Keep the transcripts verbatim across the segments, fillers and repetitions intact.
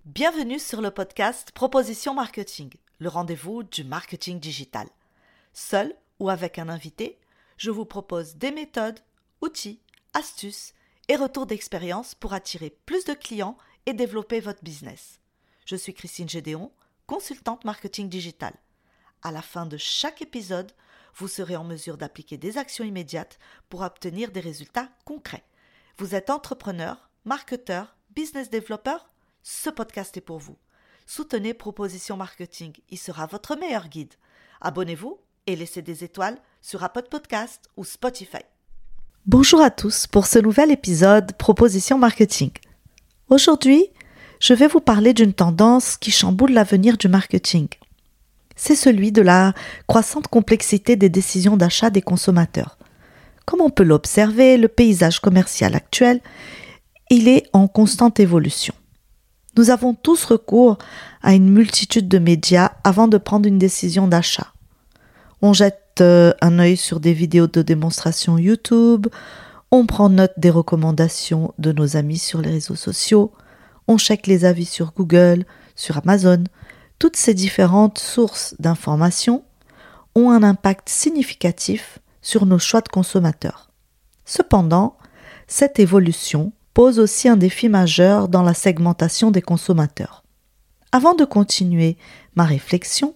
Bienvenue sur le podcast Proposition Marketing, le rendez-vous du marketing digital. Seul ou avec un invité, je vous propose des méthodes, outils, astuces et retours d'expérience pour attirer plus de clients et développer votre business. Je suis Christine Gédéon, consultante marketing digital. À la fin de chaque épisode, vous serez en mesure d'appliquer des actions immédiates pour obtenir des résultats concrets. Vous êtes entrepreneur, marketeur, business développeur ? Ce podcast est pour vous. Soutenez Proposition Marketing, il sera votre meilleur guide. Abonnez-vous et laissez des étoiles sur Apple Podcast ou Spotify. Bonjour à tous pour ce nouvel épisode Proposition Marketing. Aujourd'hui, je vais vous parler d'une tendance qui chamboule l'avenir du marketing. C'est celui de la croissante complexité des décisions d'achat des consommateurs. Comme on peut l'observer, le paysage commercial actuel, il est en constante évolution. Nous avons tous recours à une multitude de médias avant de prendre une décision d'achat. On jette euh, un œil sur des vidéos de démonstration YouTube, on prend note des recommandations de nos amis sur les réseaux sociaux, on check les avis sur Google, sur Amazon. Toutes ces différentes sources d'informations ont un impact significatif sur nos choix de consommateurs. Cependant, cette évolution pose aussi un défi majeur dans la segmentation des consommateurs. Avant de continuer ma réflexion,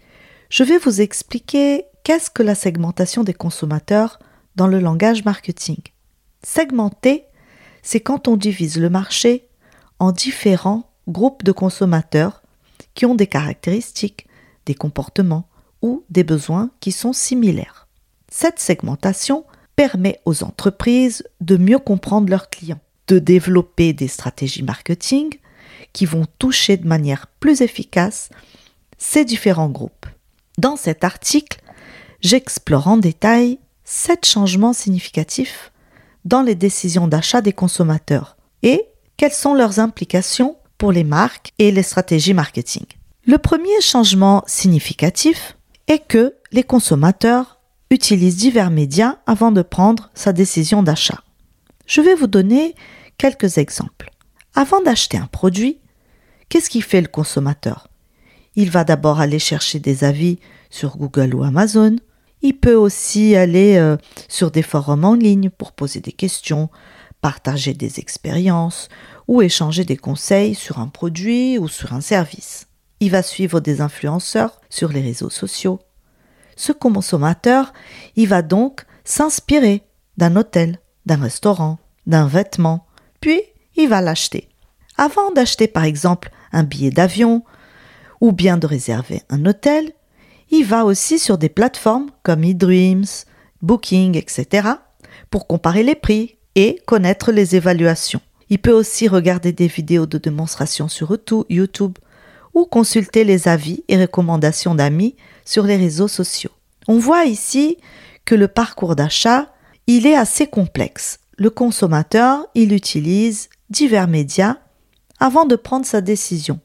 je vais vous expliquer qu'est-ce que la segmentation des consommateurs dans le langage marketing. Segmenter, c'est quand on divise le marché en différents groupes de consommateurs qui ont des caractéristiques, des comportements ou des besoins qui sont similaires. Cette segmentation permet aux entreprises de mieux comprendre leurs clients, de développer des stratégies marketing qui vont toucher de manière plus efficace ces différents groupes. Dans cet article, j'explore en détail sept changements significatifs dans les décisions d'achat des consommateurs et quelles sont leurs implications pour les marques et les stratégies marketing. Le premier changement significatif est que les consommateurs utilisent divers médias avant de prendre sa décision d'achat. Je vais vous donner quelques exemples. Avant d'acheter un produit, qu'est-ce qu'il fait le consommateur ? Il va d'abord aller chercher des avis sur Google ou Amazon. Il peut aussi aller euh, sur des forums en ligne pour poser des questions, partager des expériences ou échanger des conseils sur un produit ou sur un service. Il va suivre des influenceurs sur les réseaux sociaux. Ce consommateur, il va donc s'inspirer d'un hôtel, d'un restaurant, d'un vêtement, puis il va l'acheter. Avant d'acheter par exemple un billet d'avion ou bien de réserver un hôtel, il va aussi sur des plateformes comme eDreams, Booking, et cetera pour comparer les prix et connaître les évaluations. Il peut aussi regarder des vidéos de démonstration sur YouTube ou consulter les avis et recommandations d'amis sur les réseaux sociaux. On voit ici que le parcours d'achat, il est assez complexe. Le consommateur, il utilise divers médias avant de prendre sa décision.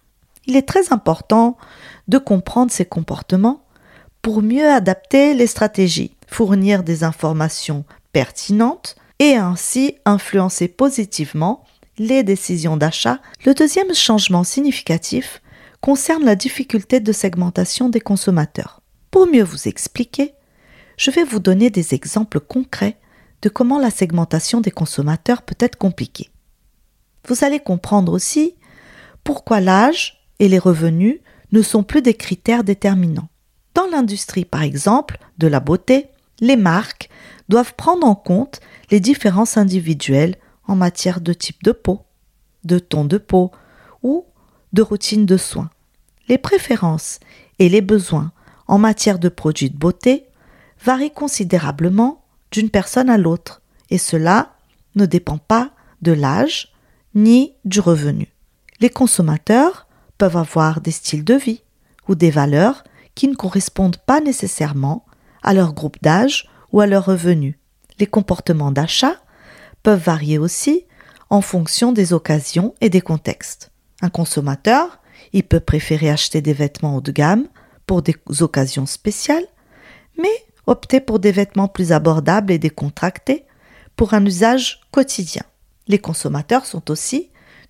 Il est très important de comprendre ses comportements pour mieux adapter les stratégies, fournir des informations pertinentes et ainsi influencer positivement les décisions d'achat. Le deuxième changement significatif concerne la difficulté de segmentation des consommateurs. Pour mieux vous expliquer, je vais vous donner des exemples concrets de comment la segmentation des consommateurs peut être compliquée. Vous allez comprendre aussi pourquoi l'âge et les revenus ne sont plus des critères déterminants. Dans l'industrie, par exemple, de la beauté, les marques doivent prendre en compte les différences individuelles en matière de type de peau, de ton de peau ou de routine de soins. Les préférences et les besoins en matière de produits de beauté varient considérablement d'une personne à l'autre, et cela ne dépend pas de l'âge ni du revenu. Les consommateurs peuvent avoir des styles de vie ou des valeurs qui ne correspondent pas nécessairement à leur groupe d'âge ou à leur revenu. Les comportements d'achat peuvent varier aussi en fonction des occasions et des contextes. Un consommateur, il peut préférer acheter des vêtements haut de gamme pour des occasions spéciales, mais opter pour des vêtements plus abordables et décontractés pour un usage quotidien. Les consommateurs sont aussi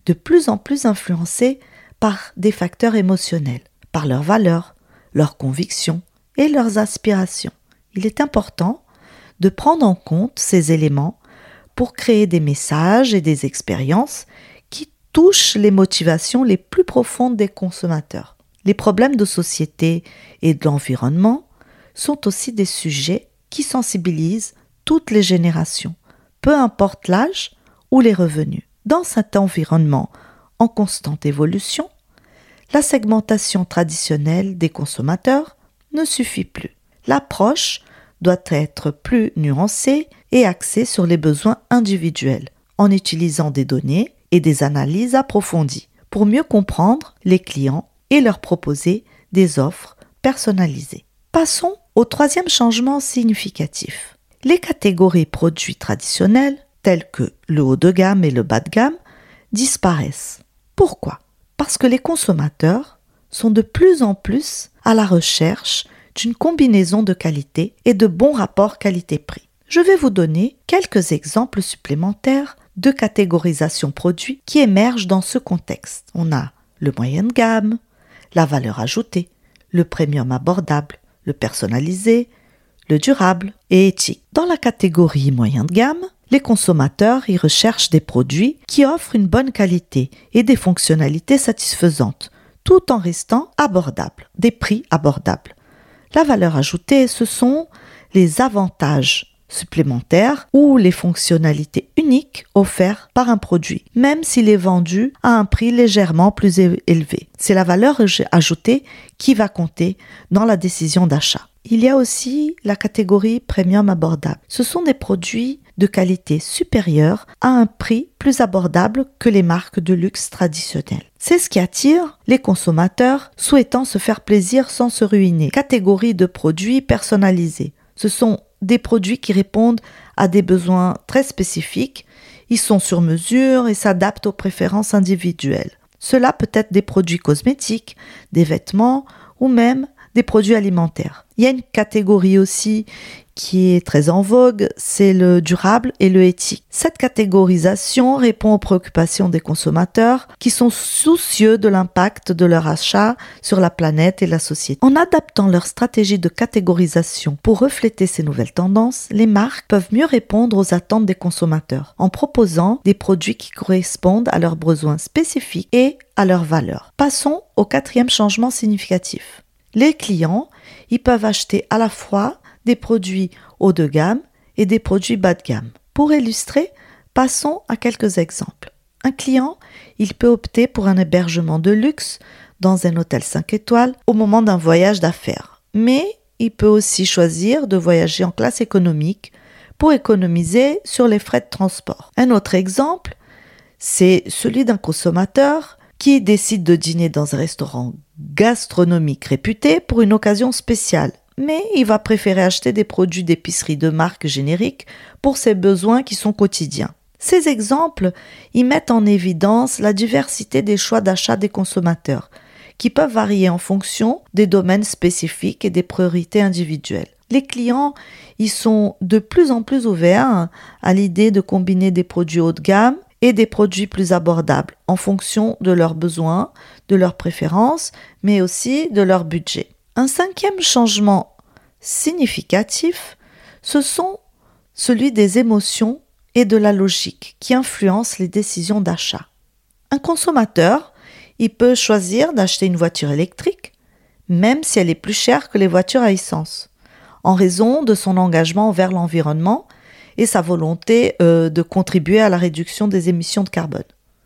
de plus en plus influencés par des facteurs émotionnels, par leurs valeurs, leurs convictions et leurs aspirations. Il est important de prendre en compte ces éléments pour créer des messages et des expériences qui touchent les motivations les plus profondes des consommateurs. Les problèmes de société et de l'environnement sont aussi des sujets qui sensibilisent toutes les générations, peu importe l'âge ou les revenus. Dans cet environnement en constante évolution, la segmentation traditionnelle des consommateurs ne suffit plus. L'approche doit être plus nuancée et axée sur les besoins individuels, en utilisant des données et des analyses approfondies pour mieux comprendre les clients et leur proposer des offres personnalisées. Passons au troisième changement significatif. Les catégories produits traditionnels, tels que le haut de gamme et le bas de gamme, disparaissent. Pourquoi ? Parce que les consommateurs sont de plus en plus à la recherche d'une combinaison de qualité et de bons rapports qualité-prix. Je vais vous donner quelques exemples supplémentaires de catégorisation produits qui émergent dans ce contexte. On a le moyen de gamme, la valeur ajoutée, le premium abordable, le personnalisé, le durable et éthique. Dans la catégorie moyen de gamme, les consommateurs y recherchent des produits qui offrent une bonne qualité et des fonctionnalités satisfaisantes, tout en restant abordables, des prix abordables. La valeur ajoutée, ce sont les avantages supplémentaires ou les fonctionnalités uniques offertes par un produit, même s'il est vendu à un prix légèrement plus élevé. C'est la valeur ajoutée qui va compter dans la décision d'achat. Il y a aussi la catégorie premium abordable. Ce sont des produits de qualité supérieure à un prix plus abordable que les marques de luxe traditionnelles. C'est ce qui attire les consommateurs souhaitant se faire plaisir sans se ruiner. Catégorie de produits personnalisés. Ce sont des produits qui répondent à des besoins très spécifiques. Ils sont sur mesure et s'adaptent aux préférences individuelles. Cela peut être des produits cosmétiques, des vêtements ou même des produits alimentaires. Il y a une catégorie aussi qui est très en vogue, c'est le durable et le éthique. Cette catégorisation répond aux préoccupations des consommateurs qui sont soucieux de l'impact de leur achat sur la planète et la société. En adaptant leur stratégie de catégorisation pour refléter ces nouvelles tendances, les marques peuvent mieux répondre aux attentes des consommateurs en proposant des produits qui correspondent à leurs besoins spécifiques et à leurs valeurs. Passons au quatrième changement significatif. Les clients, ils peuvent acheter à la fois des produits haut de gamme et des produits bas de gamme. Pour illustrer, passons à quelques exemples. Un client, il peut opter pour un hébergement de luxe dans un hôtel cinq étoiles au moment d'un voyage d'affaires. Mais il peut aussi choisir de voyager en classe économique pour économiser sur les frais de transport. Un autre exemple, c'est celui d'un consommateur qui décide de dîner dans un restaurant gastronomique réputé pour une occasion spéciale. Mais il va préférer acheter des produits d'épicerie de marque générique pour ses besoins qui sont quotidiens. Ces exemples y mettent en évidence la diversité des choix d'achat des consommateurs, qui peuvent varier en fonction des domaines spécifiques et des priorités individuelles. Les clients y sont de plus en plus ouverts à l'idée de combiner des produits haut de gamme et des produits plus abordables en fonction de leurs besoins, de leurs préférences, mais aussi de leur budget. Un cinquième changement significatif, ce sont celui des émotions et de la logique qui influencent les décisions d'achat. Un consommateur, il peut choisir d'acheter une voiture électrique, même si elle est plus chère que les voitures à essence, en raison de son engagement envers l'environnement et sa volonté euh, de contribuer à la réduction des émissions de carbone.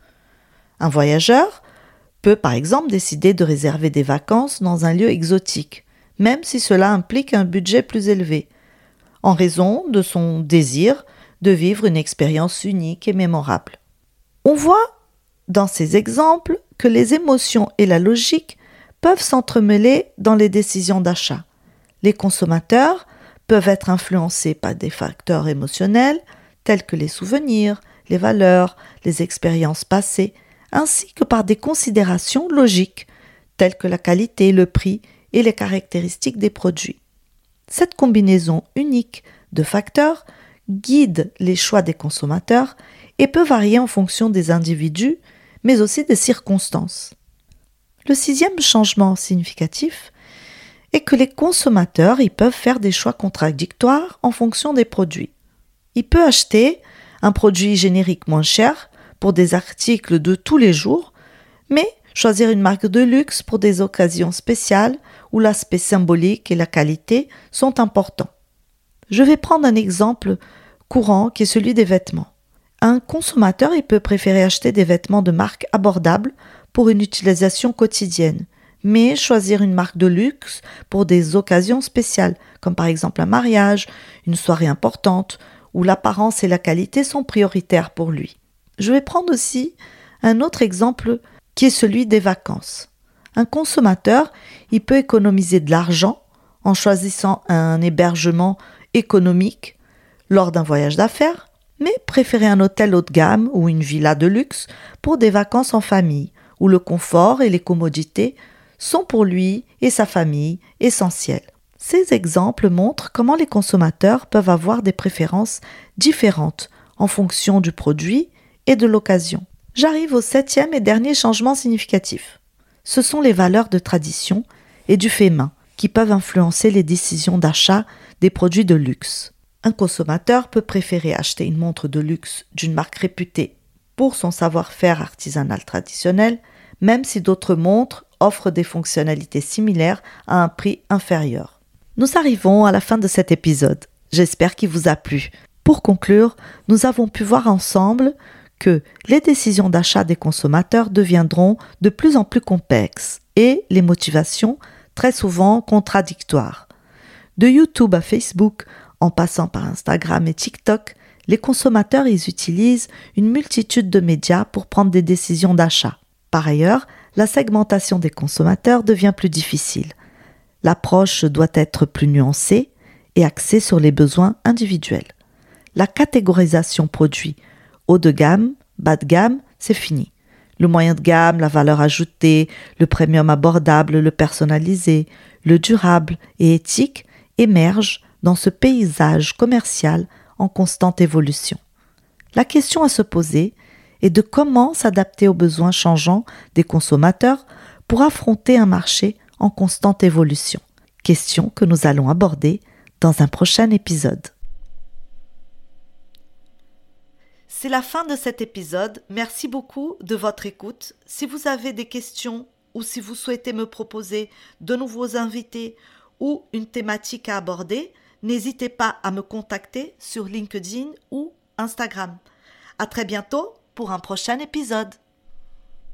Un voyageur peut par exemple décider de réserver des vacances dans un lieu exotique, même si cela implique un budget plus élevé, en raison de son désir de vivre une expérience unique et mémorable. On voit dans ces exemples que les émotions et la logique peuvent s'entremêler dans les décisions d'achat. Les consommateurs peuvent être influencés par des facteurs émotionnels tels que les souvenirs, les valeurs, les expériences passées, ainsi que par des considérations logiques, telles que la qualité, le prix et les caractéristiques des produits. Cette combinaison unique de facteurs guide les choix des consommateurs et peut varier en fonction des individus, mais aussi des circonstances. Le sixième changement significatif est que les consommateurs ils peuvent faire des choix contradictoires en fonction des produits. Il peut acheter un produit générique moins cher pour des articles de tous les jours, mais choisir une marque de luxe pour des occasions spéciales où l'aspect symbolique et la qualité sont importants. Je vais prendre un exemple courant qui est celui des vêtements. Un consommateur il peut préférer acheter des vêtements de marque abordable pour une utilisation quotidienne, mais choisir une marque de luxe pour des occasions spéciales, comme par exemple un mariage, une soirée importante, où l'apparence et la qualité sont prioritaires pour lui. Je vais prendre aussi un autre exemple qui est celui des vacances. Un consommateur, il peut économiser de l'argent en choisissant un hébergement économique lors d'un voyage d'affaires, mais préférer un hôtel haut de gamme ou une villa de luxe pour des vacances en famille, où le confort et les commodités sont pour lui et sa famille essentiels. Ces exemples montrent comment les consommateurs peuvent avoir des préférences différentes en fonction du produit et de l'occasion. J'arrive au septième et dernier changement significatif. Ce sont les valeurs de tradition et du fait main qui peuvent influencer les décisions d'achat des produits de luxe. Un consommateur peut préférer acheter une montre de luxe d'une marque réputée pour son savoir-faire artisanal traditionnel, même si d'autres montres offrent des fonctionnalités similaires à un prix inférieur. Nous arrivons à la fin de cet épisode. J'espère qu'il vous a plu. Pour conclure, nous avons pu voir ensemble que les décisions d'achat des consommateurs deviendront de plus en plus complexes et les motivations très souvent contradictoires. De YouTube à Facebook, en passant par Instagram et TikTok, les consommateurs ils utilisent une multitude de médias pour prendre des décisions d'achat. Par ailleurs, la segmentation des consommateurs devient plus difficile. L'approche doit être plus nuancée et axée sur les besoins individuels. La catégorisation produit haut de gamme, bas de gamme, c'est fini. Le moyen de gamme, la valeur ajoutée, le premium abordable, le personnalisé, le durable et éthique émergent dans ce paysage commercial en constante évolution. La question à se poser est de comment s'adapter aux besoins changeants des consommateurs pour affronter un marché en constante évolution. Question que nous allons aborder dans un prochain épisode. C'est la fin de cet épisode. Merci beaucoup de votre écoute. Si vous avez des questions ou si vous souhaitez me proposer de nouveaux invités ou une thématique à aborder, n'hésitez pas à me contacter sur LinkedIn ou Instagram. À très bientôt pour un prochain épisode.